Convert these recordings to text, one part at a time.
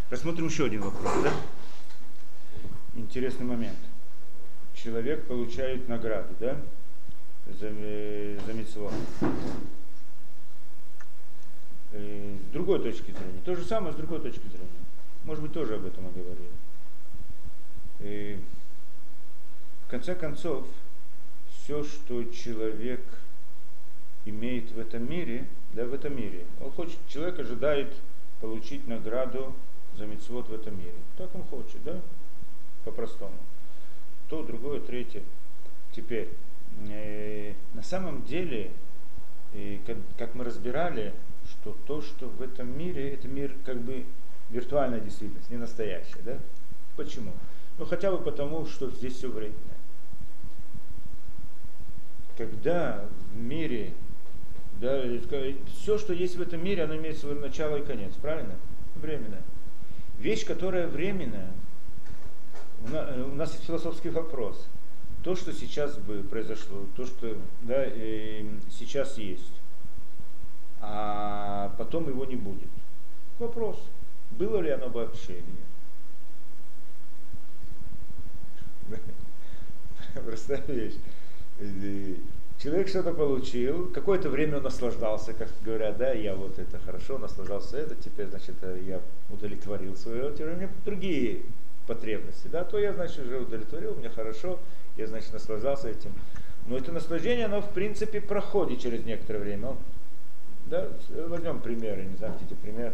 Рассмотрим еще один вопрос, да? Интересный момент. Человек получает награду, да? За мицвот. С другой точки зрения. То же самое с другой точки зрения. Может быть, тоже об этом мы говорили. В конце концов, все, что человек имеет в этом мире, да, в этом мире, он хочет, человек ожидает получить награду за мицвот в этом мире. Так он хочет, да? По-простому. То, другое, третье. Теперь, на самом деле, как мы разбирали, что то, что в этом мире, это мир как бы виртуальная действительность, не настоящая, да? Почему? Ну хотя бы потому, что здесь все временное. Когда в мире, да, все, что есть в этом мире, оно имеет свое начало и конец, правильно? Временное. Вещь, которая временная, у нас есть философский вопрос. То, что сейчас бы произошло, то, что да, сейчас есть, а потом его не будет. Вопрос, было ли оно вообще или нет. Простая вещь. Человек что-то получил, какое-то время он наслаждался, как говорят, да, я вот это хорошо, наслаждался это, теперь, значит, я удовлетворил свое, теперь у меня другие потребности, да, то я, значит, уже удовлетворил, мне хорошо, я, значит, наслаждался этим. Но это наслаждение, оно, в принципе, проходит через некоторое время. Да, возьмем пример, не знаю, хотите пример.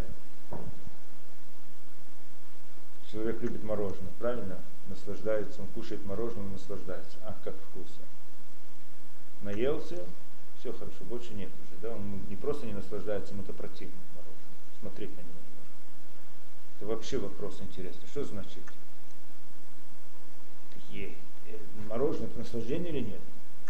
Человек любит мороженое, правильно? Наслаждается, он кушает мороженое, он наслаждается. Ах, как вкусно. Наелся, все хорошо, больше нет уже. Да? Он не просто не наслаждается, ему это противно мороженое. Смотреть на него не может. Это вообще вопрос интересный. Что значит? Мороженое это наслаждение или нет?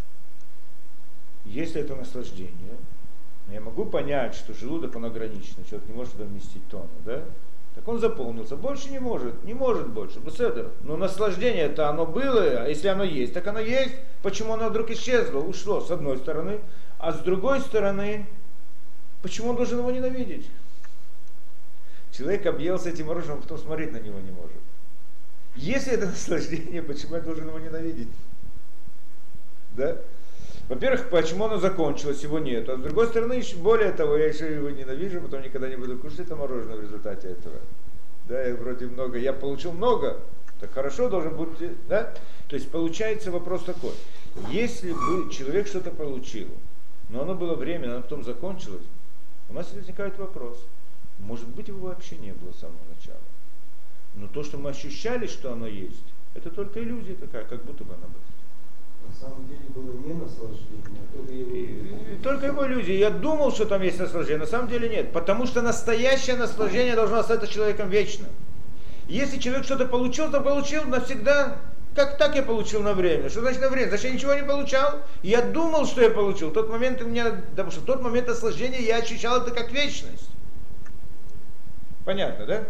Если это наслаждение, я могу понять, что желудок он ограничен, человек не может вместить тонну, да? Так он заполнился, больше не может больше. Беседер. Но наслаждение-то оно было, а если оно есть, так оно есть. Почему оно вдруг исчезло, ушло, с одной стороны, а с другой стороны, почему он должен его ненавидеть? Человек объелся этим мороженым, а потом смотреть на него не может. Если это наслаждение, почему я должен его ненавидеть? Да? Во-первых, почему оно закончилось, его нет. А с другой стороны, еще более того, я еще его ненавижу, потом никогда не буду кушать это мороженое в результате этого. Да, я вроде много, я получил много, так хорошо должен быть, да? То есть получается вопрос такой. Если бы человек что-то получил, но оно было временно, оно потом закончилось, у нас возникает вопрос. Может быть, его вообще не было с самого начала. Но то, что мы ощущали, что оно есть, это только иллюзия такая, как будто бы она была. На самом деле было не наслаждение, а только его иллюзия. Только его иллюзия. Я думал, что там есть наслаждение, на самом деле нет. Потому что настоящее наслаждение должно остаться человеком вечно. Если человек что-то получил, то получил навсегда. Как так я получил на время? Что значит на время? Значит, я ничего не получал. Я думал, что я получил. В тот момент у меня, потому что в тот момент наслаждения я ощущал это как вечность. Понятно, да?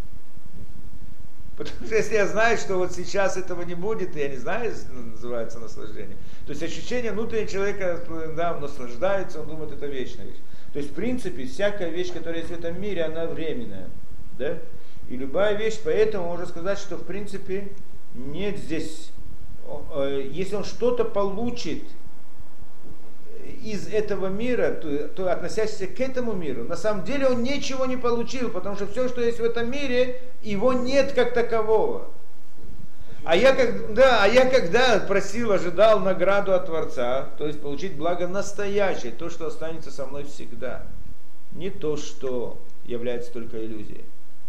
Потому что если я знаю, что вот сейчас этого не будет, я не знаю, называется наслаждение. То есть ощущение внутреннего человека, да, он наслаждается, он думает, это вечная вещь. То есть в принципе всякая вещь, которая есть в этом мире, она временная. Да? И любая вещь, поэтому можно сказать, что в принципе нет здесь, если он что-то получит из этого мира, то относящийся к этому миру, на самом деле он ничего не получил, потому что все, что есть в этом мире, его нет как такового. А я когда просил, ожидал награду от Творца, то есть получить благо настоящее, то, что останется со мной всегда, не то, что является только иллюзией.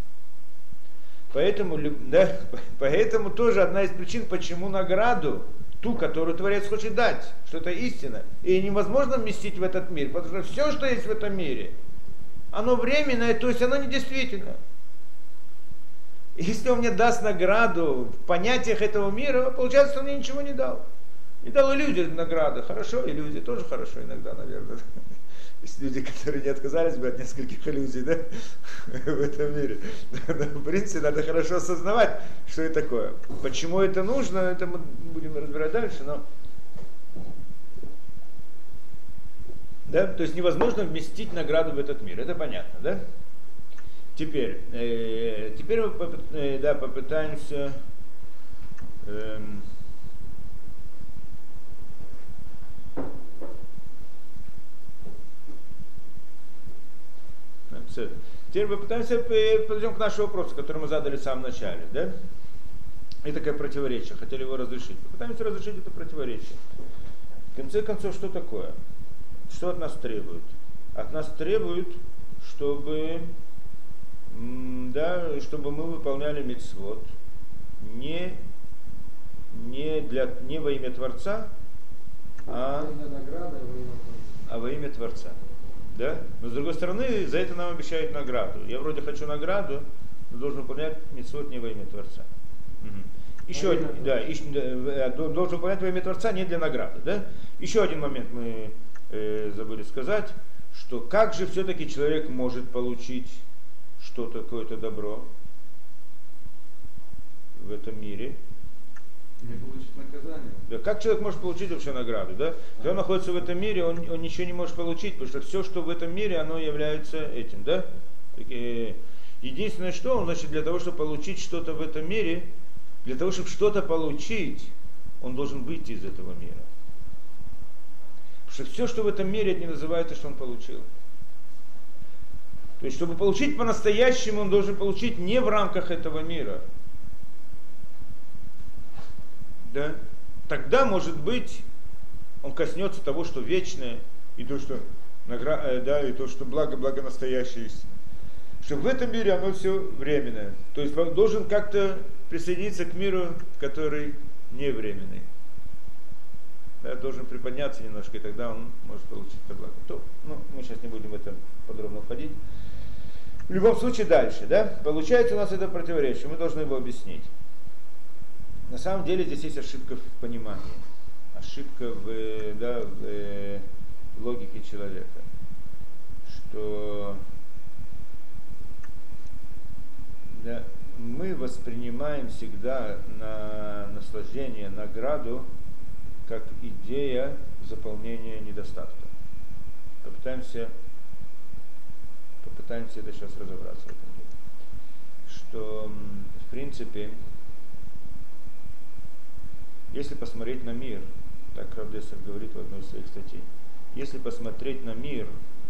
Поэтому тоже одна из причин, почему награду, ту, которую Творец хочет дать, что это истина, и невозможно вместить в этот мир, потому что все, что есть в этом мире, оно временное, то есть оно недействительно. Если он мне даст награду в понятиях этого мира, получается, что он мне ничего не дал. Не дал иллюзию награды. Хорошо, иллюзии тоже хорошо иногда, наверное. Есть люди, которые не отказались бы от нескольких иллюзий, да, в этом мире. Но, в принципе, надо хорошо осознавать, что это такое. Почему это нужно, это мы будем разбирать дальше, но... Да? То есть невозможно вместить награду в этот мир, это понятно, да? Теперь мы попытаемся Теперь мы подойдем к нашему вопросу, который мы задали в самом начале. Да? И такое противоречие, хотели его разрешить. Попытаемся разрешить это противоречие. В конце концов, что такое? Что от нас требуют? От нас требуют, чтобы мы выполняли мицвот не во имя Творца, а во имя Творца. Да? Но с другой стороны, за это нам обещают награду. Я вроде хочу награду, но должен выполнять мицвот не во имя Творца. Еще один, должен выполнять во имя Творца не для награды. Да? Еще один момент мы забыли сказать, что как же все-таки человек может получить что-то, какое-то добро в этом мире. Не получить наказание. Да, как человек может получить вообще награду? Да? Когда он находится в этом мире, он ничего не может получить, потому что все, что в этом мире, оно является этим. Да? Единственное, что он, значит, для того, чтобы получить что-то в этом мире, для того, чтобы что-то получить, он должен выйти из этого мира. Потому что все, что в этом мире, это не называется, что он получил. То есть, чтобы получить по-настоящему, он должен получить не в рамках этого мира. Да? Тогда, может быть, он коснется того, что вечное, и то, что и то, что благо настоящее истина. Что в этом мире оно все временное. То есть он должен как-то присоединиться к миру, который не временный. Да, должен приподняться немножко, и тогда он может получить это благо. Мы сейчас не будем в это подробно входить. В любом случае дальше, да? Получается у нас это противоречие, мы должны его объяснить. На самом деле здесь есть ошибка в понимании, ошибка в логике человека, что мы воспринимаем всегда на наслаждение, награду, как идея заполнения недостатка. Попытаемся это сейчас разобраться в этом деле. Что, в принципе, если посмотреть на мир, так Рав Дессер говорит в одной из своих статей, если посмотреть на мир,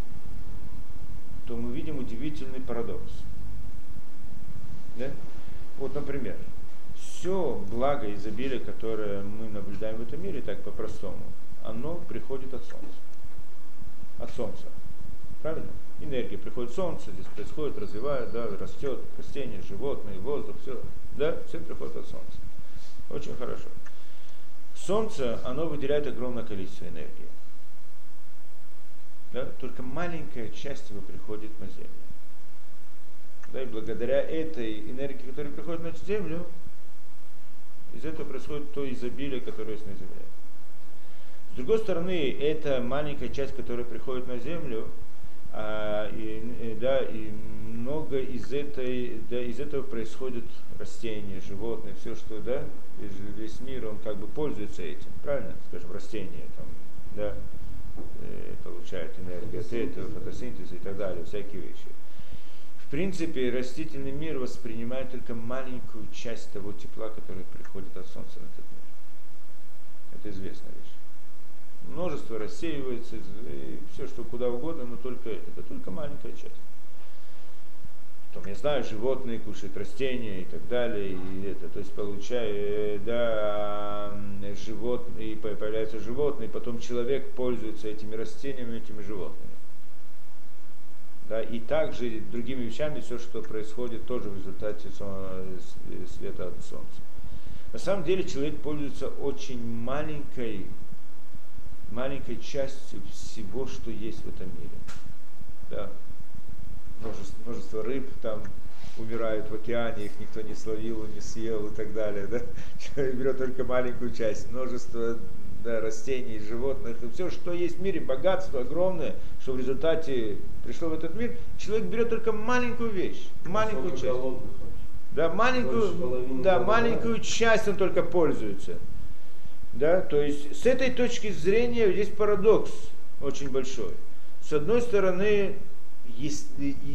то мы видим удивительный парадокс. Да? Вот, например, все благо и изобилие, которое мы наблюдаем в этом мире, так по-простому, оно приходит от Солнца. От Солнца. Правильно? Энергия приходит от Солнца, здесь происходит, развивает, да, растет, растения, животные, воздух, все. Да, все приходит от Солнца. Очень хорошо. Солнце, оно выделяет огромное количество энергии. Да? Только маленькая часть его приходит на Землю. Да, и благодаря этой энергии, которая приходит на Землю, из этого происходит то изобилие, которое есть на Земле. С другой стороны, эта маленькая часть, которая приходит на Землю, и много из этого происходит растения, животные, все, что, да, весь мир, он как бы пользуется этим, правильно? Скажем, растения, там, да, получают энергию от этого, фотосинтеза и так далее, всякие вещи. В принципе, растительный мир воспринимает только маленькую часть того тепла, которое приходит от Солнца на этот мир. Это известная вещь. Множество рассеивается, все, что куда угодно, но только это только маленькая часть. Потом, я знаю, животные кушают растения и так далее, и это, то есть животные, появляются животные, потом человек пользуется этими растениями, этими животными. Да, и также другими вещами, все, что происходит, тоже в результате света от Солнца. На самом деле человек пользуется очень маленькой частью всего, что есть в этом мире. Да. Множество рыб там умирают в океане, их никто не словил, не съел и так далее. Да? Человек берет только маленькую часть. Множество растений, животных, и все, что есть в мире, богатство огромное, что в результате пришло в этот мир, человек берет только маленькую вещь, маленькую часть. Да, маленькую часть он только пользуется. Да, то есть с этой точки зрения здесь парадокс очень большой. С одной стороны,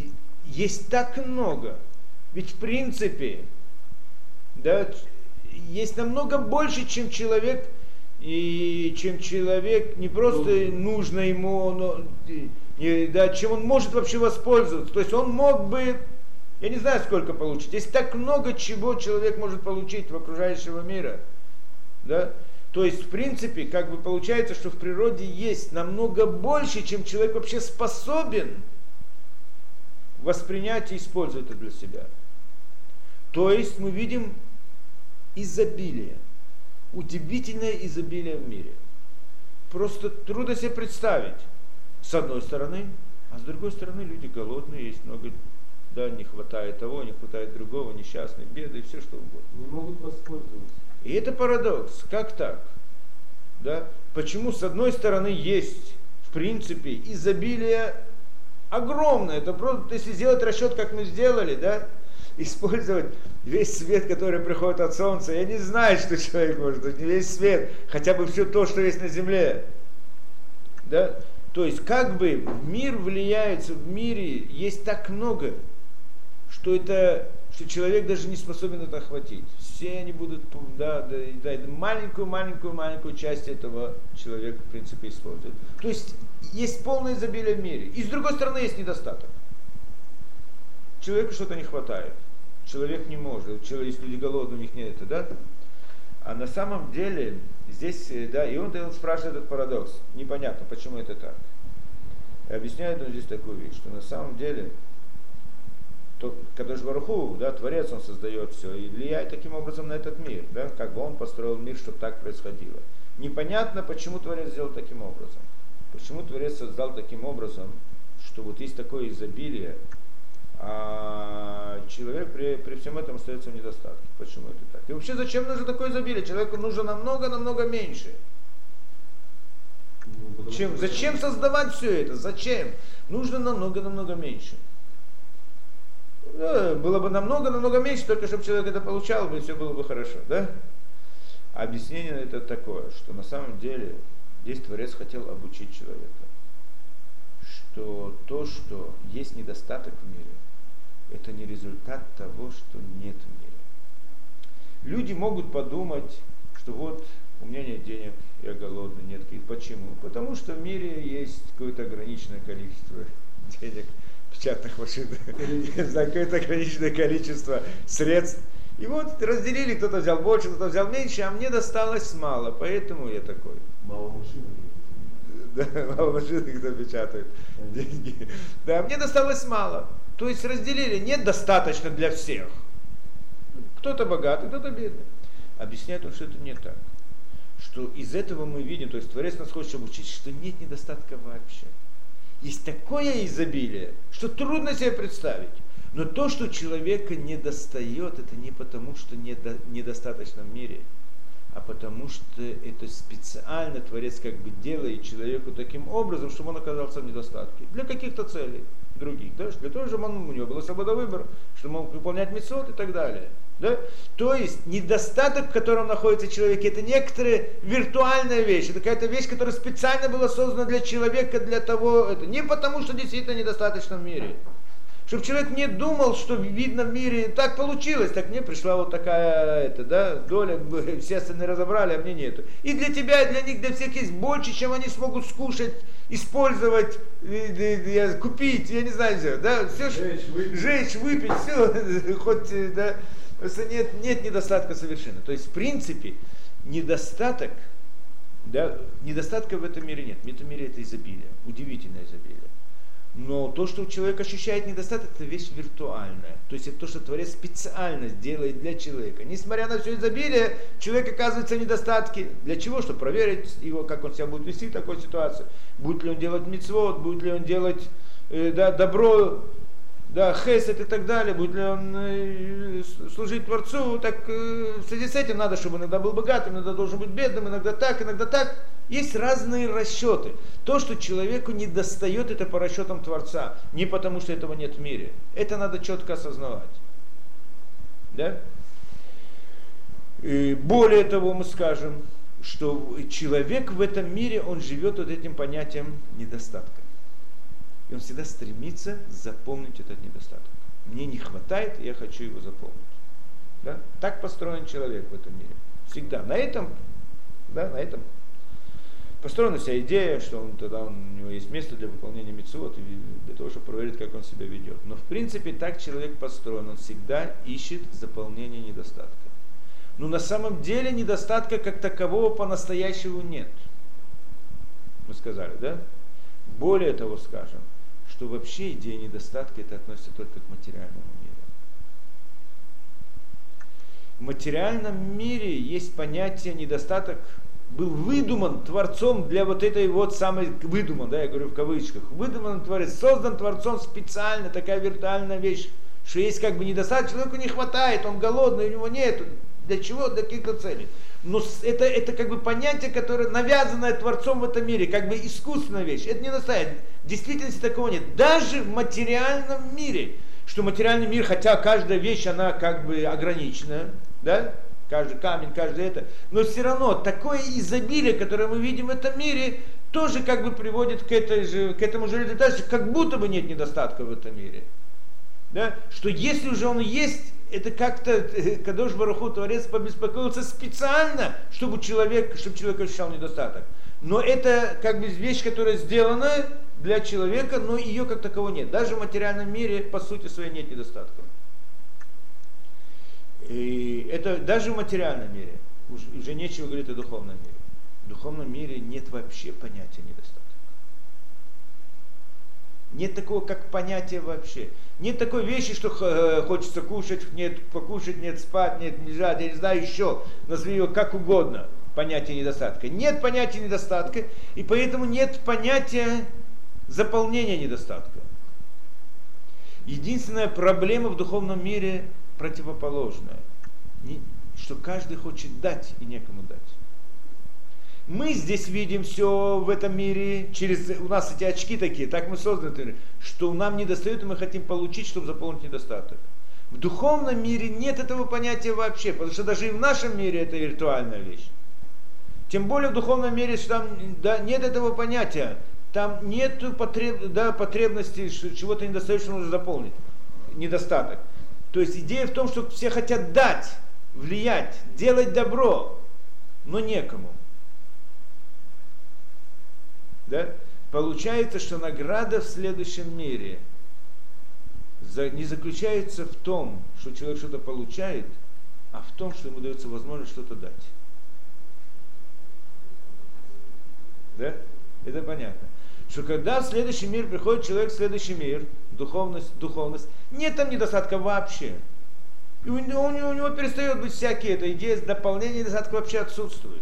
есть так много. Ведь в принципе, да, есть намного больше, чем человек, и чем человек не просто нужно ему, но, да, чем он может вообще воспользоваться. То есть он мог бы, я не знаю, сколько получить. Есть так много чего человек может получить в окружающего мира. Да? То есть, в принципе, как бы получается, что в природе есть намного больше, чем человек вообще способен воспринять и использовать это для себя. То есть мы видим изобилие, удивительное изобилие в мире. Просто трудно себе представить, с одной стороны, а с другой стороны люди голодные, есть много, да, не хватает того, не хватает другого, несчастные, беды и все что угодно. Не могут воспользоваться. И это парадокс. Как так? Да? Почему с одной стороны есть, в принципе, изобилие огромное. Это просто, если сделать расчет, как мы сделали, да, использовать весь свет, который приходит от солнца, я не знаю, что человек может, не весь свет, хотя бы все то, что есть на земле. Да? То есть, как бы мир влияется, в мире есть так много, что человек даже не способен это охватить. Все они будут, да, маленькую часть этого человек, в принципе, использует. То есть, есть полное изобилие в мире. И с другой стороны, есть недостаток. Человеку что-то не хватает. Человек не может. Если люди голодные, у них нет это, да? А на самом деле, здесь, да, и он спрашивает этот парадокс. Непонятно, почему это так. И объясняет он здесь такую вещь, что на самом деле, Кадош Барух Ху, да, Творец, он создает все и влияет таким образом на этот мир, да, как бы он построил мир, чтобы так происходило. Непонятно, почему Творец сделал таким образом. Почему Творец создал таким образом, что вот есть такое изобилие, а человек при всем этом остается в недостатке. Почему это так? И вообще, зачем нужно такое изобилие? Человеку нужно намного меньше. Зачем создавать все это? Зачем? Нужно намного меньше. Да, было бы намного меньше, только чтобы человек это получал, и все было бы хорошо, да? Объяснение это такое, что на самом деле здесь Творец хотел обучить человека, что то, что есть недостаток в мире, это не результат того, что нет в мире. Люди могут подумать, что вот у меня нет денег, я голодный, нет денег. Почему? Потому что в мире есть какое-то ограниченное количество денег, печатных машин, какое-то ограниченное количество средств. И вот разделили, кто-то взял больше, кто-то взял меньше, а мне досталось мало, поэтому я такой. Мало машин. Да, мало машин, кто печатает деньги. Да, мне досталось мало. То есть разделили, нет достаточно для всех. Кто-то богатый, кто-то бедный. Объясняет он, что это не так. Что из этого мы видим, то есть Творец нас хочет обучить, что нет недостатка вообще. Есть такое изобилие, что трудно себе представить. Но то, что человека не достает, это не потому, что недостаточно в мире, а потому что это специально Творец как бы делает человеку таким образом, чтобы он оказался в недостатке. Для каких-то целей других. Да? Для того, чтобы у него была свобода выбора, чтобы он мог выполнять мицвот и так далее. Да? То есть недостаток, в котором находится человек, это некоторая виртуальная вещь. Это какая-то вещь, которая специально была создана для человека, для того, это не потому, что действительно недостаточно в мире. Чтобы человек не думал, что видно в мире, так получилось, так мне пришла вот такая доля, все остальные разобрали, а мне нету. И для тебя, и для них, для всех есть больше, чем они смогут скушать, использовать, купить, я не знаю, все, да, все, жечь, выпить, все, хоть, да, нет недостатка совершенно. То есть, в принципе, недостаток, да, недостатка в этом мире нет. В этом мире это изобилие, удивительное изобилие. Но то, что человек ощущает недостаток, это вещь виртуальная. То есть это то, что Творец специально делает для человека. Несмотря на все изобилие, человек оказывается в недостатке. Для чего? Чтобы проверить его, как он себя будет вести в такой ситуации. Будет ли он делать мицвот, будет ли он делать добро, хесед и так далее, будет ли он служить Творцу. Так в связи с этим надо, чтобы иногда был богатым, иногда должен быть бедным, иногда так, иногда так. Есть разные расчеты. То, что человеку не достает, это по расчетам Творца. Не потому, что этого нет в мире. Это надо четко осознавать. Да? И более того, мы скажем, что человек в этом мире, он живет вот этим понятием недостатка. И он всегда стремится заполнить этот недостаток. Мне не хватает, я хочу его заполнить. Да? Так построен человек в этом мире. Всегда. На этом построена вся идея, что у него есть место для выполнения мицвот, для того, чтобы проверить, как он себя ведет. Но в принципе так человек построен. Он всегда ищет заполнение недостатка. Но на самом деле недостатка как такового по-настоящему нет. Мы сказали, да? Более того скажем, что вообще идея недостатка это относится только к материальному миру. В материальном мире есть понятие недостаток, был выдуман Творцом для вот этой вот самой, выдуман, да, я говорю в кавычках, выдуман Творец, создан Творцом специально, такая виртуальная вещь, что есть как бы недостаток, человеку не хватает, он голодный, у него нет, для чего, для каких-то целей. Но это как бы понятие, которое навязанное Творцом в этом мире, как бы искусственная вещь, это не настоящее. В действительности такого нет. Даже в материальном мире, что материальный мир, хотя каждая вещь, она как бы ограничена, да? Каждый камень, каждый это, но все равно такое изобилие, которое мы видим в этом мире, тоже как бы приводит к этому же результату, как будто бы нет недостатка в этом мире. Да? Что если уже он есть, это как-то Кадош Барух Ху, Творец, побеспокоился специально, чтобы человек ощущал недостаток. Но это как бы вещь, которая сделана для человека, но ее как такового нет. Даже в материальном мире, по сути своей, нет недостатка. И это даже в материальном мире, уже нечего говорить о духовном мире. В духовном мире нет вообще понятия недостатка. Нет такого, как понятие вообще. Нет такой вещи, что хочется кушать, нет покушать, нет спать, нет лежать, я не знаю еще, назови его как угодно, понятие недостатка. Нет понятия недостатка, и поэтому нет понятия заполнения недостатка. Единственная проблема в духовном мире противоположная, что каждый хочет дать и некому дать. Мы здесь видим все в этом мире, у нас эти очки такие, так мы созданы, что нам не достает, и мы хотим получить, чтобы заполнить недостаток. В духовном мире нет этого понятия вообще, потому что даже и в нашем мире это виртуальная вещь. Тем более в духовном мире, что там нет этого понятия, там нет потребности, что чего-то недостает, что нужно заполнить, недостаток. То есть идея в том, что все хотят дать, влиять, делать добро, но некому. Да? Получается, что награда в следующем мире не заключается в том, что человек что-то получает, а в том, что ему дается возможность что-то дать. Да? Это понятно. Что когда в следующий мир приходит человек в следующий мир, духовность, нет там недостатка вообще. И у него перестает быть всякие, эта идея дополнения недостатка вообще отсутствует.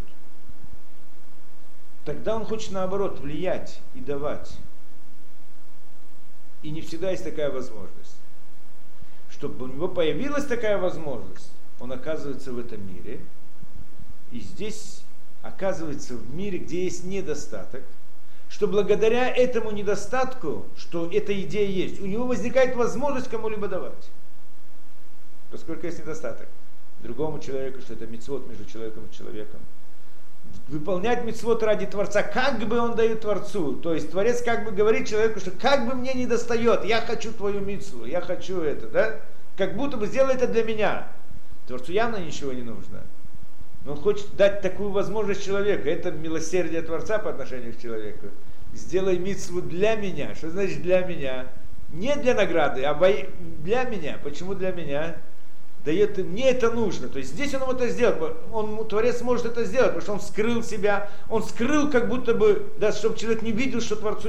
Тогда он хочет наоборот влиять и давать. И не всегда есть такая возможность. Чтобы у него появилась такая возможность, он оказывается в этом мире. И здесь оказывается в мире, где есть недостаток, что благодаря этому недостатку, что эта идея есть, у него возникает возможность кому-либо давать. Поскольку есть недостаток. Другому человеку, что это мицвот между человеком и человеком. Выполнять мицвот ради Творца, как бы он дает Творцу. То есть Творец как бы говорит человеку, что как бы мне не достает, я хочу твою мицву, я хочу это, да? Как будто бы сделай это для меня. Творцу явно ничего не нужно. Но он хочет дать такую возможность человеку. Это милосердие Творца по отношению к человеку. Сделай мицву для меня. Что значит для меня? Не для награды, а для меня. Почему для меня? Дает, мне это нужно. То есть здесь он это сделает. Творец может это сделать, потому что он скрыл себя. Он скрыл как будто бы, да, чтобы человек не видел, что Творцу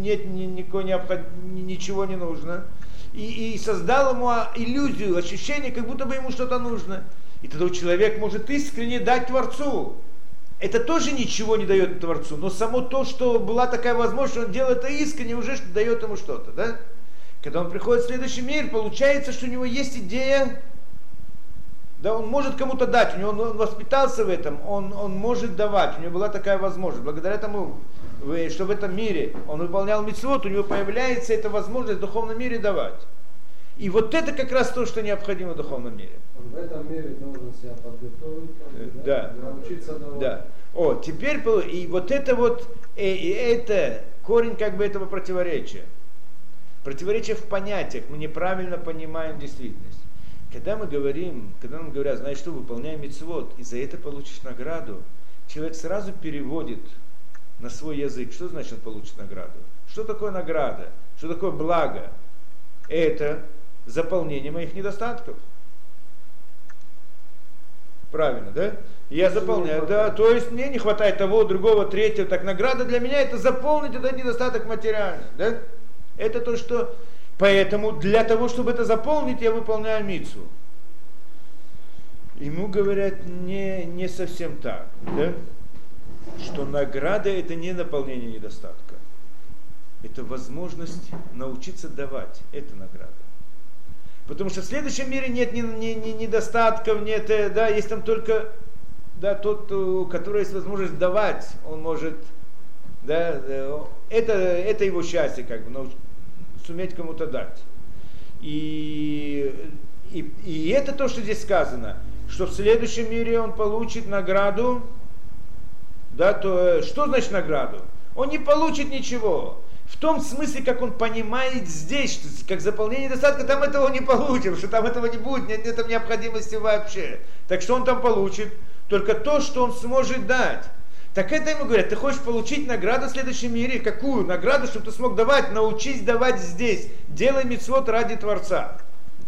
ничего не нужно. И создал ему иллюзию, ощущение, как будто бы ему что-то нужно. И тогда человек может искренне дать Творцу. Это тоже ничего не дает Творцу, но само то, что была такая возможность, что он делает это искренне, уже дает ему что-то. Да? Когда он приходит в следующий мир, получается, что у него есть идея, да, он может кому-то дать, у него, он воспитался в этом, он может давать, у него была такая возможность. Благодаря тому, что в этом мире он выполнял мицвот, у него появляется эта возможность в духовном мире давать. И вот это как раз то, что необходимо в духовном мире. Он в этом мире должен себя подготовить, да. научиться давать. Да. Теперь, и вот это вот, это корень как бы этого противоречия. Противоречие в понятиях, мы неправильно понимаем действительность. Когда мы говорим, когда нам говорят, знаешь что, выполняй мицвот, и за это получишь награду, человек сразу переводит на свой язык, что значит он получит награду. Что такое награда? Что такое благо? Это заполнение моих недостатков. Правильно, да? Я заполняю, да, то есть мне не хватает того, другого, третьего, так награда для меня это заполнить этот недостаток материальный, да? Это то, что, поэтому для того, чтобы это заполнить, я выполняю мицву. Ему говорят не совсем так, да? Что награда это не наполнение недостатка, это возможность научиться давать, это награда. Потому что в следующем мире нет ни недостатков, нет, да, есть там только, да, тот, у которого есть возможность давать, он может, да, это его счастье, как бы, суметь кому-то дать. И это то, что здесь сказано, что в следующем мире он получит награду, да, то что значит награду? Он не получит ничего. В том смысле, как он понимает здесь, что как заполнение недостатка, там этого не получим, что там этого не будет, нет этом необходимости вообще. Так что он там получит? Только то, что он сможет дать. Так это ему говорят, ты хочешь получить награду в следующем мире? Какую награду, чтобы ты смог давать? Научись давать здесь. Делай мицвот ради Творца.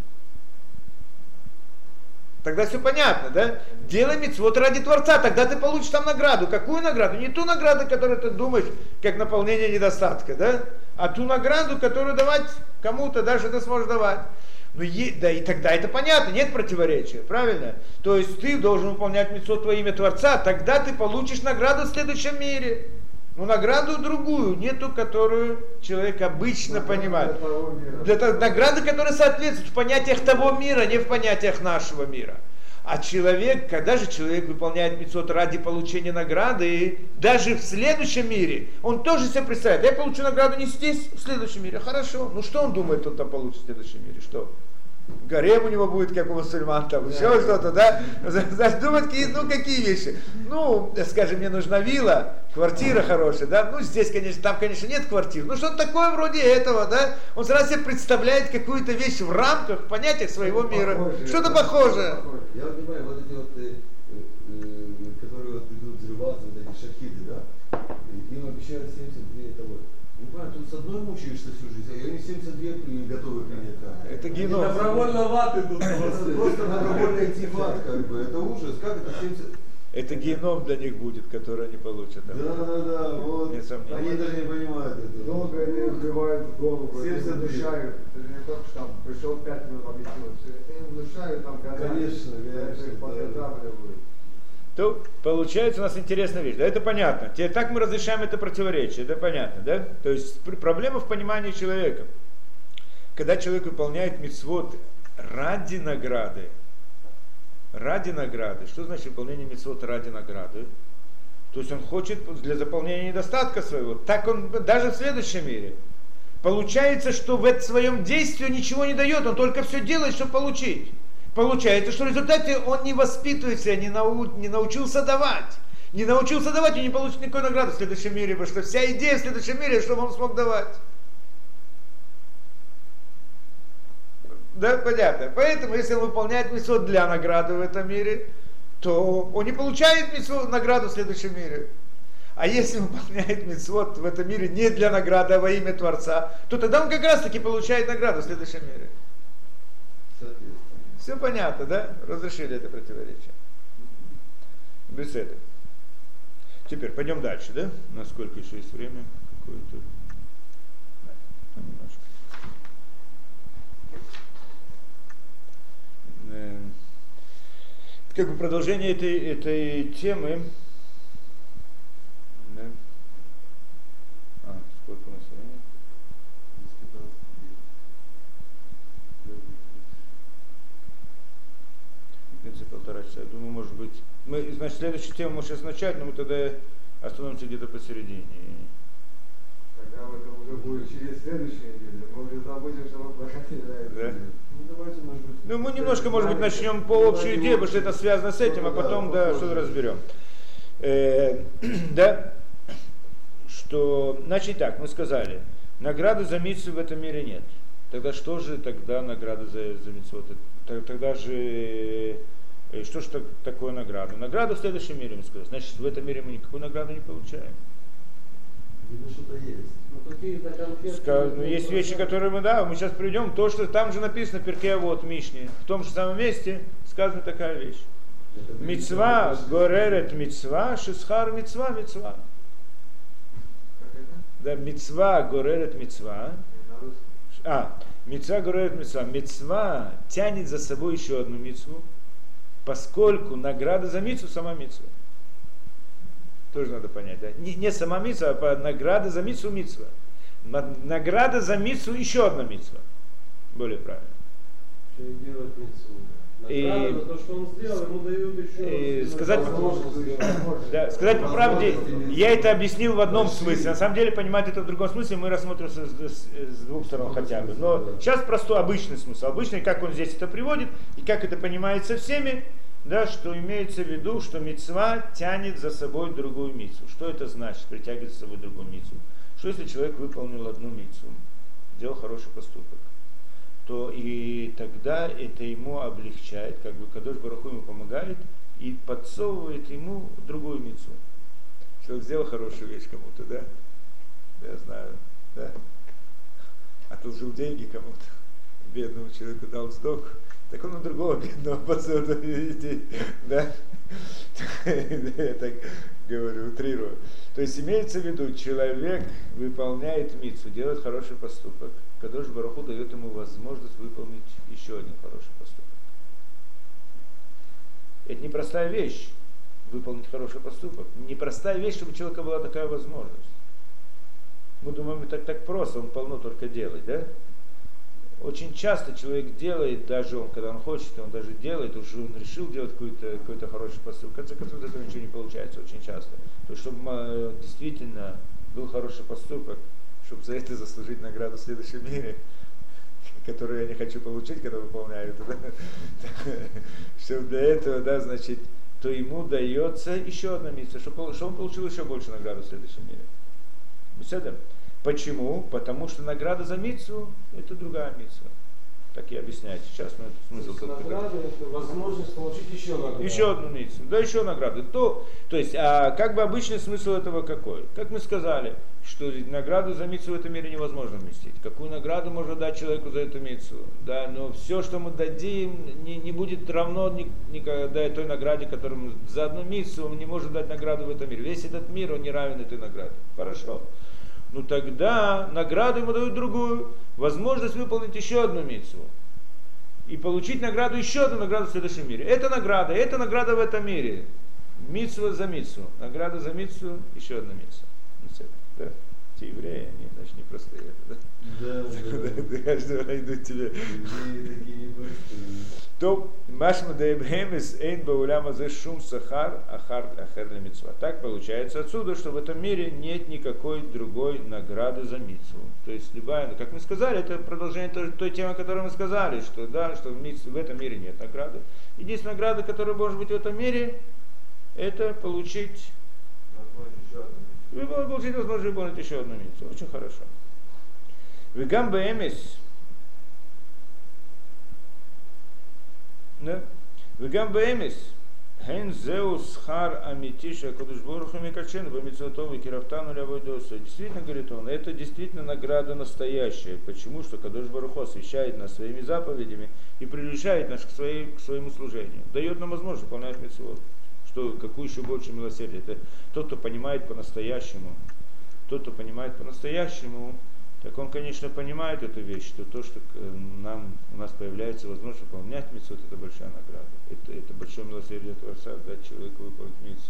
Тогда все понятно, да? Делай мицвот ради Творца, тогда ты получишь там награду. Какую награду? Не ту награду, которую ты думаешь, как наполнение недостатка, да? А ту награду, которую давать кому-то, даже ты сможешь давать. Ну, да и тогда это понятно, нет противоречия, правильно? То есть ты должен выполнять мицвот во имя Творца, тогда ты получишь награду в следующем мире. Но награду другую, не ту, которую человек обычно понимает. Награды, которая соответствует в понятиях того мира, не в понятиях нашего мира. А человек, когда же человек выполняет мицвот ради получения награды, даже в следующем мире, он тоже себе представляет, я получу награду не здесь, в следующем мире. Хорошо, ну что он думает, он там получит в следующем мире, что? Гарем у него будет, как у мусульман, там еще что-то, да? Думать, какие вещи. Ну, скажем, мне нужна вилла, квартира хорошая, да? Ну, здесь, конечно, там, конечно, нет квартир. Ну, что-то такое вроде этого, да? Он сразу себе представляет какую-то вещь в рамках, в понятиях своего мира. Что-то похожее. Я понимаю, вот эти вот, которые вот идут взрываться, вот эти шахиды, да? Им обещают 72 это вот. Ну, правильно, тут с одной мучаешься всю жизнь, а они 72 готовы принять. Это геном. Добровольно в ад идут. Просто добровольно идти в ад, как бы. Это ужас. Как это 70? Это геном для них будет, который они получат. Да, вот. Нет сомнений. Они даже не понимают этого. Долго они вбивают в голову, им 70 внушают. Это не только что там пришел 5 минут объяснил. Им внушают там годами. Конечно, Их подготавливают. То получается у нас интересная вещь, да, это понятно. Так мы разрешаем это противоречие, это понятно, да? То есть проблема в понимании человека. Когда человек выполняет мицвот ради награды, что значит выполнение мицвот ради награды? То есть он хочет для заполнения недостатка своего, так он даже в следующем мире. Получается, что в своем действии ничего не дает, он только все делает, чтобы получить. Получается, что в результате он не воспитывает себя, не научился давать. Не научился давать, он не получит никакой награды в следующем мире, потому что вся идея в следующем мире, чтобы он смог давать. Да, понятно. Поэтому, если он выполняет мицвот для награды в этом мире, то он не получает награду в следующем мире. А если он выполняет мицвот в этом мире не для награды, а во имя Творца, то тогда он как раз таки получает награду в следующем мире. Все понятно, да? Разрешили это противоречие. Беседы. Теперь пойдем дальше, да? Насколько еще есть время какое-то? Да, немножко. Как бы продолжение этой темы. Да. Сколько у нас времени? В принципе, 1,5 часа. Я думаю, может быть. Значит, следующую тему мы сейчас начать, но мы тогда остановимся где-то посередине. Когда это уже будет через следующую неделю, мы уже забудем, что мы проходили. Да? Ну, давайте, может быть. Ну, мы немножко, может быть, начнем по общей идее, потому что это связано с этим, а потом, да, что-то разберем. Да, что, значит так, мы сказали, Награды за митцву в этом мире нет. Тогда что же тогда награда за митцвот? Тогда же что же такое награда? Награда в следующем мире, мы сказали. Значит, в этом мире мы никакую награду не получаем. Видно, что-то есть. Ну какие-то конфеты. Ну, есть вещи, которые мы сейчас приведем. То, что там же написано Перкей вот в Мишне. В том же самом месте сказана такая вещь. Мицва горерет мицва, шисхар мицва мицва. Как это? Да, мицва горерет мицва. На русском. Мицва горерет мицва. Мицва тянет за собой еще одну мицву, поскольку награда за мицву сама мицва. Тоже надо понять, да? Не сама мицва, а награда за мицву мицва. Награда за мицву еще одна мицва. Более правильно. Что и делать митцву. И- Награда за то, что он сделал, ему дают еще. сказать- Да, сказать по правде, я это объяснил в одном смысле. На самом деле понимать это в другом смысле мы рассмотрим с двух сторон хотя бы. Но сейчас простой обычный смысл. Обычный, как он здесь это приводит, и как это понимается всеми, да, что имеется в виду, что мицва тянет за собой другую мицву. Что это значит, притягивает за собой другую мицву? Что если человек выполнил одну мицву, сделал хороший поступок, то и тогда это ему облегчает, как бы Кадош Барух Ху ему помогает и подсовывает ему другую мицву. Человек сделал хорошую вещь кому-то, да? Я знаю, да? Одолжил деньги кому-то, бедному человеку дал сдоку, так он на другого бедного подсовывает, видите, да? Я так говорю, утрирую. То есть имеется в виду, человек выполняет мицву, делает хороший поступок. Кадош Барух Ху дает ему возможность выполнить еще один хороший поступок. Это непростая вещь, выполнить хороший поступок. Непростая вещь, чтобы у человека была такая возможность. Мы думаем, это так просто, он полно только делать, да? Очень часто человек делает, даже он, когда он хочет, он даже делает, уже он решил делать какой-то хороший поступок. В конце концов, из этого ничего не получается очень часто. То есть, чтобы действительно был хороший поступок, чтобы за это заслужить награду в следующем мире, которую я не хочу получить, когда выполняю это, да? Чтобы для этого, да, значит, то ему дается еще одна миссия, чтобы он получил еще больше награды в следующем мире. Беседа? Почему? Потому что награда за мицву – это другая мицва. Так и объясняю сейчас, но это смысл только. Награда – это возможность получить еще награду. Еще одну мицву, да, еще награду. То есть, как бы обычный смысл этого какой? Как мы сказали, что награду за мицву в этом мире невозможно вместить. Какую награду можно дать человеку за эту мицву? Да, но все, что мы дадим, не будет равно никогда той награде, которую мы за одну мицву мы не можем дать награду в этом мире. Весь этот мир, он не равен этой награде. Хорошо. Ну тогда награду ему дают другую, возможность выполнить еще одну мицву. И получить награду, еще одну награду в следующем мире. Это награда в этом мире. Мицва за мицву. Награда за мицву, еще одна мицва. Да? Те евреи, они, значит, непростые. Да? Да. Каждого идут тебе. Евреи такие непростые. То машма дэбхэмис эйн бауляма зе шум сахар ахар ле мицва. Так получается отсюда, что в этом мире нет никакой другой награды за мицву. То есть любая, как мы сказали, это продолжение той темы, которую мы сказали, что да, что в этом мире нет награды. Единственная награда, которая может быть в этом мире, это получить возможность выполнить еще одну мицву. Очень хорошо. Вегам бээмис. Да? Вегам бээмис. Хен зеу схар амитиша кодуш боруху микачен бамитсватов и кирафтану лявойдоса. Действительно, говорит он, это действительно награда настоящая. Почему? Что Кадош Барух Ху освящает нас своими заповедями и приближает нас к своему служению. Дает нам возможность выполнять митцвот. Что, какую еще больше милосердие. Это тот, кто понимает по-настоящему. Тот, кто понимает по-настоящему, так он, конечно, понимает эту вещь, что то, что у нас появляется возможность выполнять митцвот, это большая награда. Это большое милосердие Творца дать человеку выполнить митцву.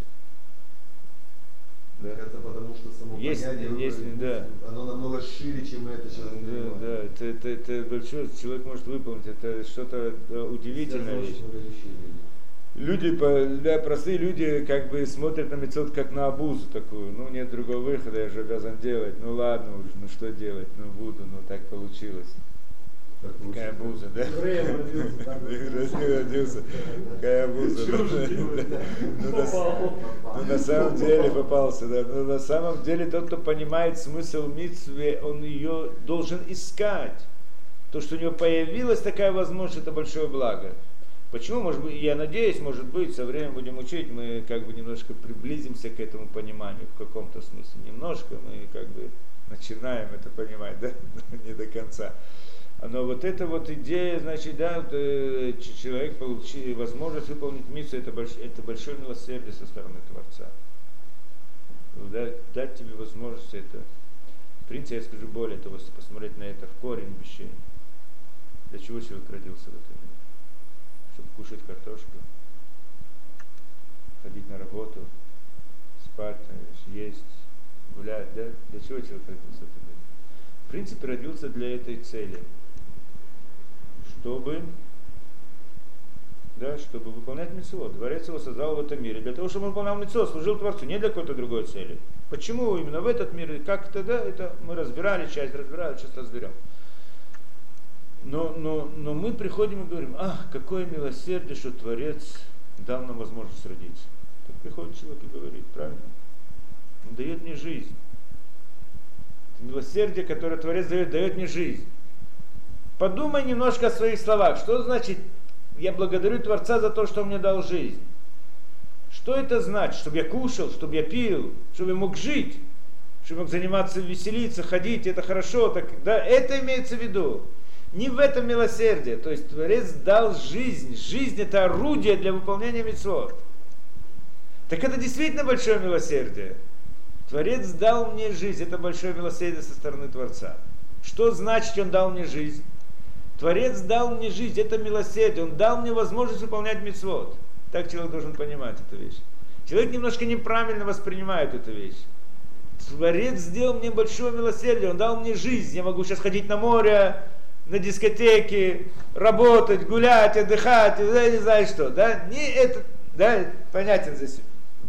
Да. Это потому что само понятие, да. оно намного шире, чем мы это сейчас понимаем. Да, это большое, человек может выполнить, это что-то удивительное вещь. Люди, простые люди как бы смотрят на мицвот как на обузу такую, ну нет другого выхода, я же обязан делать, ну ладно уже, ну что делать, ну буду, ну так получилось. Так Какая получилось. буза, да? Евреем родился, так вот. Родился. Какая буза. Что же делать? Попал. Ну, на самом деле попался, да. Но на самом деле тот, кто понимает смысл мицвы, он ее должен искать. То, что у него появилась такая возможность, это большое благо. Почему? Может быть, я надеюсь, может быть, со временем будем учить, мы как бы немножко приблизимся к этому пониманию в каком-то смысле. Немножко мы как бы начинаем это понимать, да, не до конца. Но вот эта вот идея, значит, да, вот, человек получил возможность выполнить миссию, это большое милосердие со стороны Творца. Дать тебе возможность это. В принципе, я скажу более того, если посмотреть на это в корень вещей. Для чего человек родился в этом мире? Чтобы кушать картошку, ходить на работу, спать, есть, гулять, да? Для чего человек родился в этом мире? В принципе, родился для этой цели. Чтобы выполнять мицвот. Творец его создал в этом мире. Для того, чтобы он выполнял мицвот, служил Творцу, не для какой-то другой цели. Почему именно в этот мир, и как это, да, это мы разбирали, часть разбирали, сейчас разберем. Но мы приходим и говорим, какое милосердие, что Творец дал нам возможность родиться. Так приходит человек и говорит, правильно? Он дает мне жизнь. Это милосердие, которое Творец дает мне жизнь. Подумай немножко о своих словах. Что значит, я благодарю Творца за то, что он мне дал жизнь? Что это значит? Чтобы я кушал, чтобы я пил, чтобы я мог жить, чтобы я мог заниматься, веселиться, ходить, это хорошо. Так, да, это имеется в виду. Не в этом милосердие. То есть Творец дал жизнь. Жизнь это орудие для выполнения мицвот. Так это действительно большое милосердие. Творец дал мне жизнь. Это большое милосердие со стороны Творца. Что значит, он дал мне жизнь? Творец дал мне жизнь, это милосердие. Он дал мне возможность выполнять мицвот. Так человек должен понимать эту вещь. Человек немножко неправильно воспринимает эту вещь. Творец сделал мне большое милосердие, он дал мне жизнь. Я могу сейчас ходить на море, на дискотеки, работать, гулять, отдыхать, я не знаю что. Да? Не это, да, понятен здесь.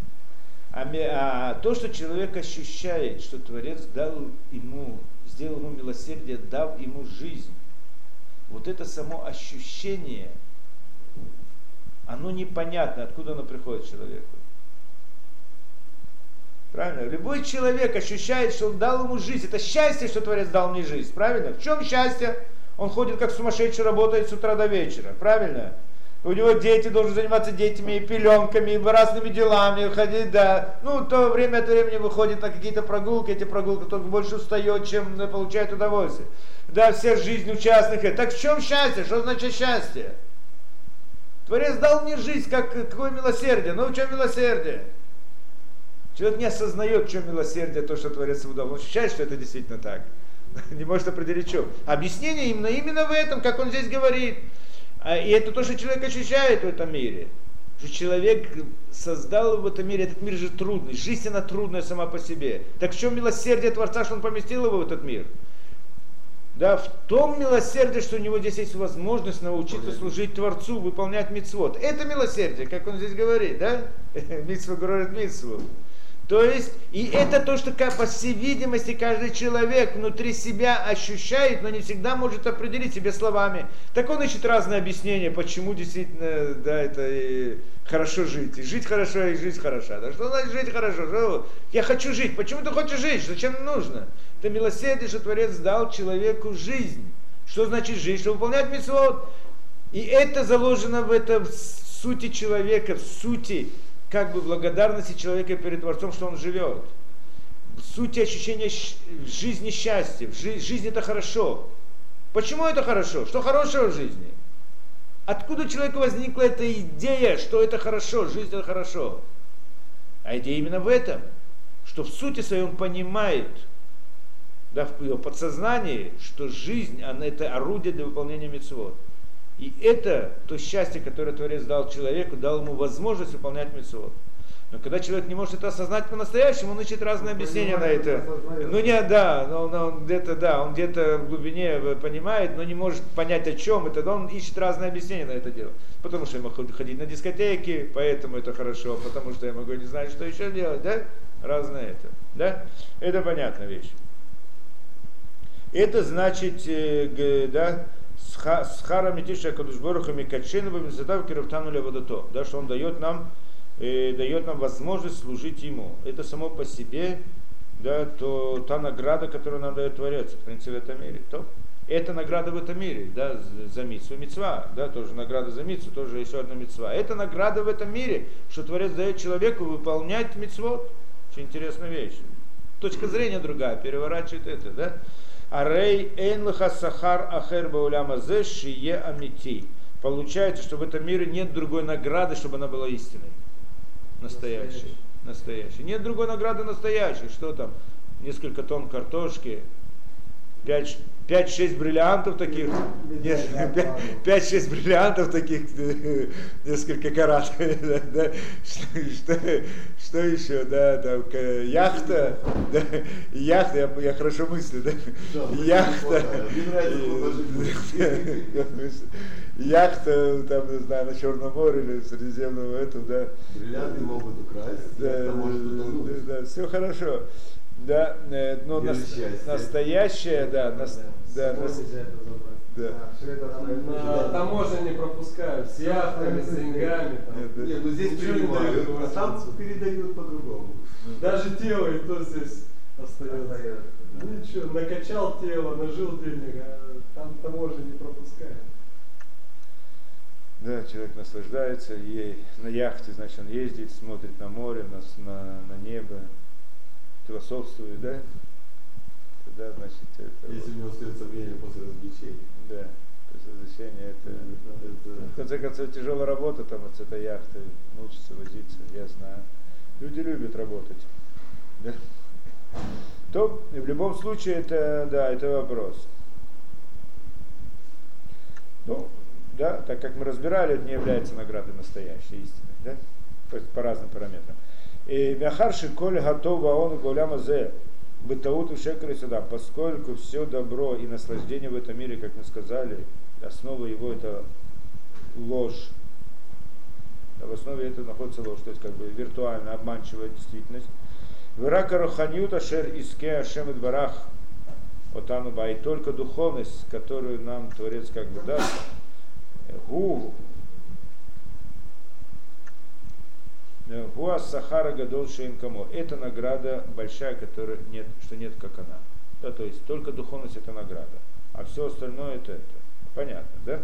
А то, что человек ощущает, что Творец сделал ему милосердие, дав ему жизнь, вот это само ощущение, оно непонятно, откуда оно приходит человеку. Правильно? Любой человек ощущает, что он дал ему жизнь. Это счастье, что Творец дал мне жизнь. Правильно? В чем счастье? Он ходит как сумасшедший, работает с утра до вечера. Правильно? У него дети, должен заниматься детьми, и пеленками, и разными делами, ходить, да. То время от времени выходит на какие-то прогулки, эти прогулки только больше устает, чем получает удовольствие. Да, вся жизнь участных. Так в чем счастье? Что значит счастье? Творец дал мне жизнь, какое милосердие. В чем милосердие? Человек не осознает, в чем милосердие, то, что Творец ему дал. Он ощущает, что это действительно так. Не может определить, в чем. Объяснение именно в этом, как он здесь говорит. И это то, что человек ощущает в этом мире. Что человек создал в этом мире, этот мир же трудный. Жизнь она трудная сама по себе. Так в чем милосердие Творца, что он поместил его в этот мир? Да, в том милосердии, что у него здесь есть возможность научиться служить Творцу, выполнять мицвот. Это милосердие, как он здесь говорит, да? Мицву говорит мицву. То есть, и это то, что, по всей видимости, каждый человек внутри себя ощущает, но не всегда может определить себе словами. Так он ищет разные объяснения, почему действительно, да, это хорошо жить. И жить хорошо, и жизнь хороша. Да что значит жить хорошо? Что? Я хочу жить. Почему ты хочешь жить? Зачем нужно? Это милосердие, что Творец дал человеку жизнь. Что значит жить? Что выполнять мицвот. И это заложено в этом сути человека, в сути благодарности человека перед Творцом, что он живет. В сути ощущения жизни счастья. Жизнь это хорошо. Почему это хорошо? Что хорошего в жизни? Откуда у человека возникла эта идея, что это хорошо, жизнь это хорошо? А идея именно в этом, что в сути своей он понимает, да, в его подсознании, что жизнь, она это орудие для выполнения мицвот. И это то счастье, которое Творец дал человеку, дал ему возможность выполнять мицвот. Но когда человек не может это осознать по-настоящему, он ищет разные объяснения на это. Он где-то в глубине понимает, но не может понять о чем это, он ищет разные объяснения на это дело. Потому что я могу ходить на дискотеки, поэтому это хорошо, потому что я могу не знать, что еще делать, да? Разное это, да? Это понятная вещь. Это значит, да, Схара Митиша Кадушборуха Микачену Бамисадав Кировтану Леводото. Да, что он дает нам возможность служить ему. Это само по себе, да, то та награда, которую нам дает Творец, в принципе, в этом мире. То это награда в этом мире, да, за мицву. Мицва, да, тоже награда за мицву, тоже еще одна мицва. Это награда в этом мире, что Творец дает человеку выполнять мицвот. Очень интересная вещь. Точка зрения другая, переворачивает это, да. Арей эйнлаха сахар ахер бауляма зе шие амити. Получается, что в этом мире нет другой награды, чтобы она была истинной. Настоящей. Нет другой награды настоящей. Что там? Несколько тонн картошки, 5-6 бриллиантов таких, 5-6 бриллиантов таких, несколько карат, да, что еще, да, там, яхта, да, яхта, я хорошо мыслю, да, яхта, там, не знаю, на Черном море или в Средиземном этом, да. Бриллианты могут украсть, да, все хорошо. Да, но настоящее, да, На таможне не пропускают, с яхтами, с деньгами. Нет, ну здесь принимают, а там передают по-другому. Даже тело и то здесь остается. Ну ничего, накачал тело, нажил денег, а там таможня не пропускает. Да, человек наслаждается, на яхте, значит, он ездит, смотрит на море, на небо. Философствует, да? Тогда, значит, это... Если у него остается время после развлечения. Да, после развлечения это... В конце концов, тяжелая работа там с этой яхтой, мучиться, возиться, я знаю. Люди любят работать. Да? То, в любом случае, это, да, это вопрос. Ну, да, так как мы разбирали, это не является наградой настоящей истины, да? По разным параметрам. И мяхарши коль готова он гуляма зе бытаут и шекры сюда, поскольку все добро и наслаждение в этом мире, как мы сказали, основа его это ложь. А в основе это находится ложь, то есть как бы виртуальная, обманчивая действительность. Вирака руханьюта шер иске ашем идбарах отануба, и только духовность, которую нам Творец как бы даст, Сахара Гадол Шейнкамо. Это награда большая, которая нет, что нет как она. Да, то есть только духовность это награда, а все остальное это. Понятно, да?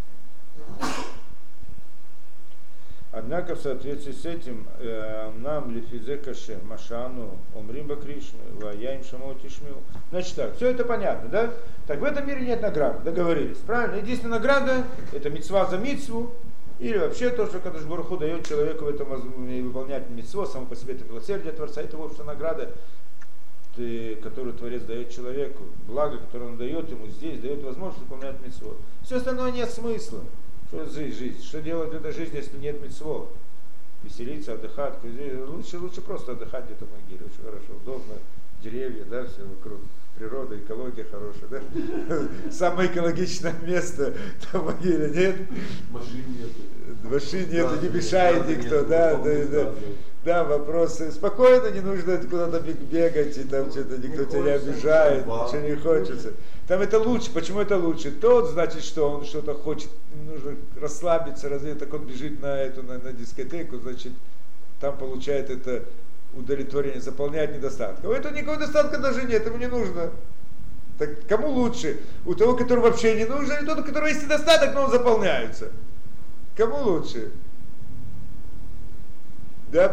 Однако в соответствии с этим нам лифизе каше машану омримба Кришну ваяим шамо тишмил. Значит так, все это понятно, да? Так в этом мире нет награды, договорились, правильно? Единственная награда это мицва за мицву. Или вообще то, что Кадош Барух Ху дает человеку в этом выполнять мицво, само по себе это милосердие Творца, это вовсе награда, которую Творец дает человеку, благо, которое он дает ему здесь, дает возможность выполнять мицво. Все остальное нет смысла. Что за жизнь? Что делать в этой жизни, если нет мицво? Веселиться, отдыхать. Лучше просто отдыхать где-то в могиле, очень хорошо, удобно, деревья, да, все вокруг. Природа, экология хорошая, да? Самое экологичное место там в могиле нет. Машин нет. Машин нет, не мешает никто, да. Да, вопросы. Спокойно, не нужно куда-то бегать, и там что-то никто тебя не обижает, ничего не хочется. Там это лучше. Почему это лучше? Тот, значит, что он что-то хочет, нужно расслабиться, так он бежит на дискотеку, значит, там получает это удовлетворение, заполняет недостатки. У этого никакого недостатка даже нет, ему не нужно. Так кому лучше? У того, которого вообще не нужно, или тот, у которого есть недостаток, но он заполняется? Кому лучше? Да?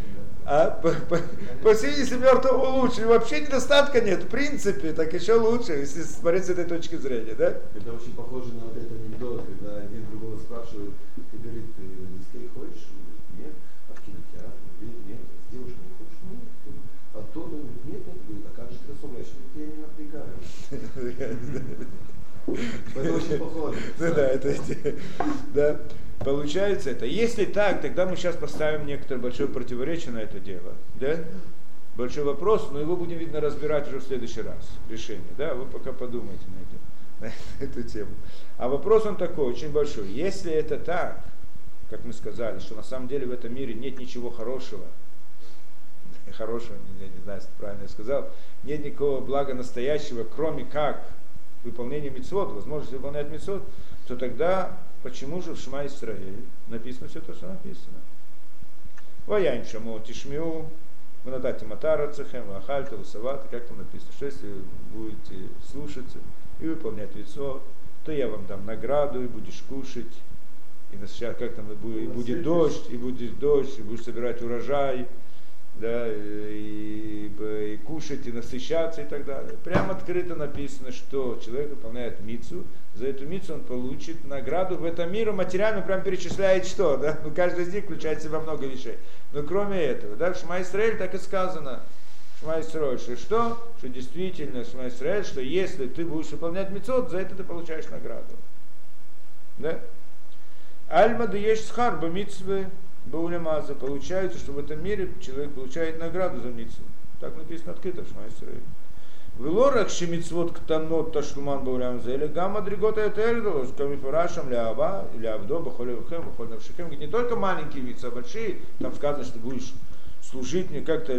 По свидетельству мертвого лучше. И вообще недостатка нет, в принципе, так еще лучше, если смотреть с этой точки зрения, да? Это очень похоже на вот этот анекдот, когда один другого спрашивает, ты говорит, ты в дискотеку ходишь? Нет. А в кинотеатр? Нет. С девушкой не хочешь? Нет. А то, нет, говорит, а как же ты расслабляешь? Я не напрягаю. Это очень похоже. Ну да, это да. Получается это. Если так, тогда мы сейчас поставим некоторое большое противоречие на это дело. Да? Большой вопрос, но его будем, видно, разбирать уже в следующий раз. Решение. Да? Вы пока подумайте на эту тему. А вопрос он такой, очень большой. Если это так, как мы сказали, что на самом деле в этом мире нет ничего хорошего, я не знаю, если правильно я сказал, нет никакого блага настоящего, кроме как выполнение мицвот, возможность выполнять мицвот, то тогда почему же в Шма Исраэль написано все то, что написано? Ваяйм шамо тишмиу, ванатати матара цехем, вахальта, усавата, как там написано, что если вы будете слушаться и выполнять мицвот, то я вам дам награду, и будешь кушать, и насыщать, как там, и будет дождь, и будешь собирать урожай, да, и кушать, и насыщаться, и так далее. Прямо открыто написано, что человек выполняет мицву, за эту мицву он получит награду в этом мире, материально прям перечисляет что, да, ну каждый из них включает в себя много вещей. Но кроме этого, да, в Шма Исраэль так и сказано, Шма Исраэль, что действительно Шма Исраэль, что если ты будешь выполнять мицвот, за это ты получаешь награду. Да? Альма да еш схар ба мицвы баулямаза. Получается, что в этом мире человек получает награду за мицву. Так написано открыто в Шма Исраэль. Велорах шемицвот ктанот ташлуман баулямаза или гамма дригота это эрдолос камифарашам ляава или авдо бахолевхем бахольнавшихем. Не только маленькие мицвы, а большие. Там сказано, что будешь служить мне как-то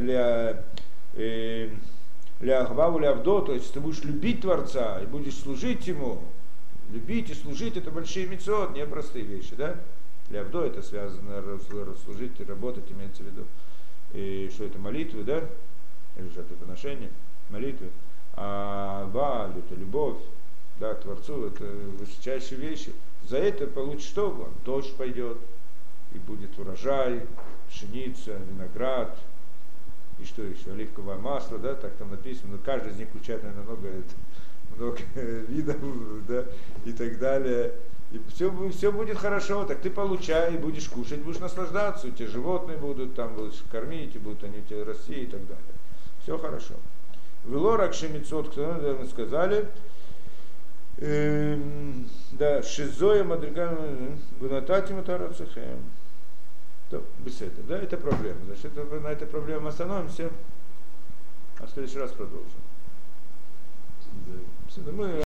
ляахваву лявдо, то есть ты будешь любить Творца и будешь служить Ему. Любить и служить это большие мицвот, не простые вещи, да? Лявдо это связано, служить и работать имеется в виду. И что это, молитвы, да? Или жертвоприношения, молитвы. А Валь это любовь, да, к Творцу, это высочайшие вещи. За это получишь что? Дождь пойдет, и будет урожай, пшеница, виноград, и что еще, оливковое масло, да, так там написано, но каждый из них включает, наверное, много видов, да, и так далее. И все будет хорошо, так ты получай, будешь кушать, будешь наслаждаться, у тебя животные будут, там будешь кормить, и будут они у тебя расти и так далее. Все хорошо. Велорак шемицот, кто мы сказали, да, шизоя мадригами вынатати матарацехем. Без этого, да, это проблема. Значит, на этой проблеме мы остановимся, а в следующий раз продолжим. Мы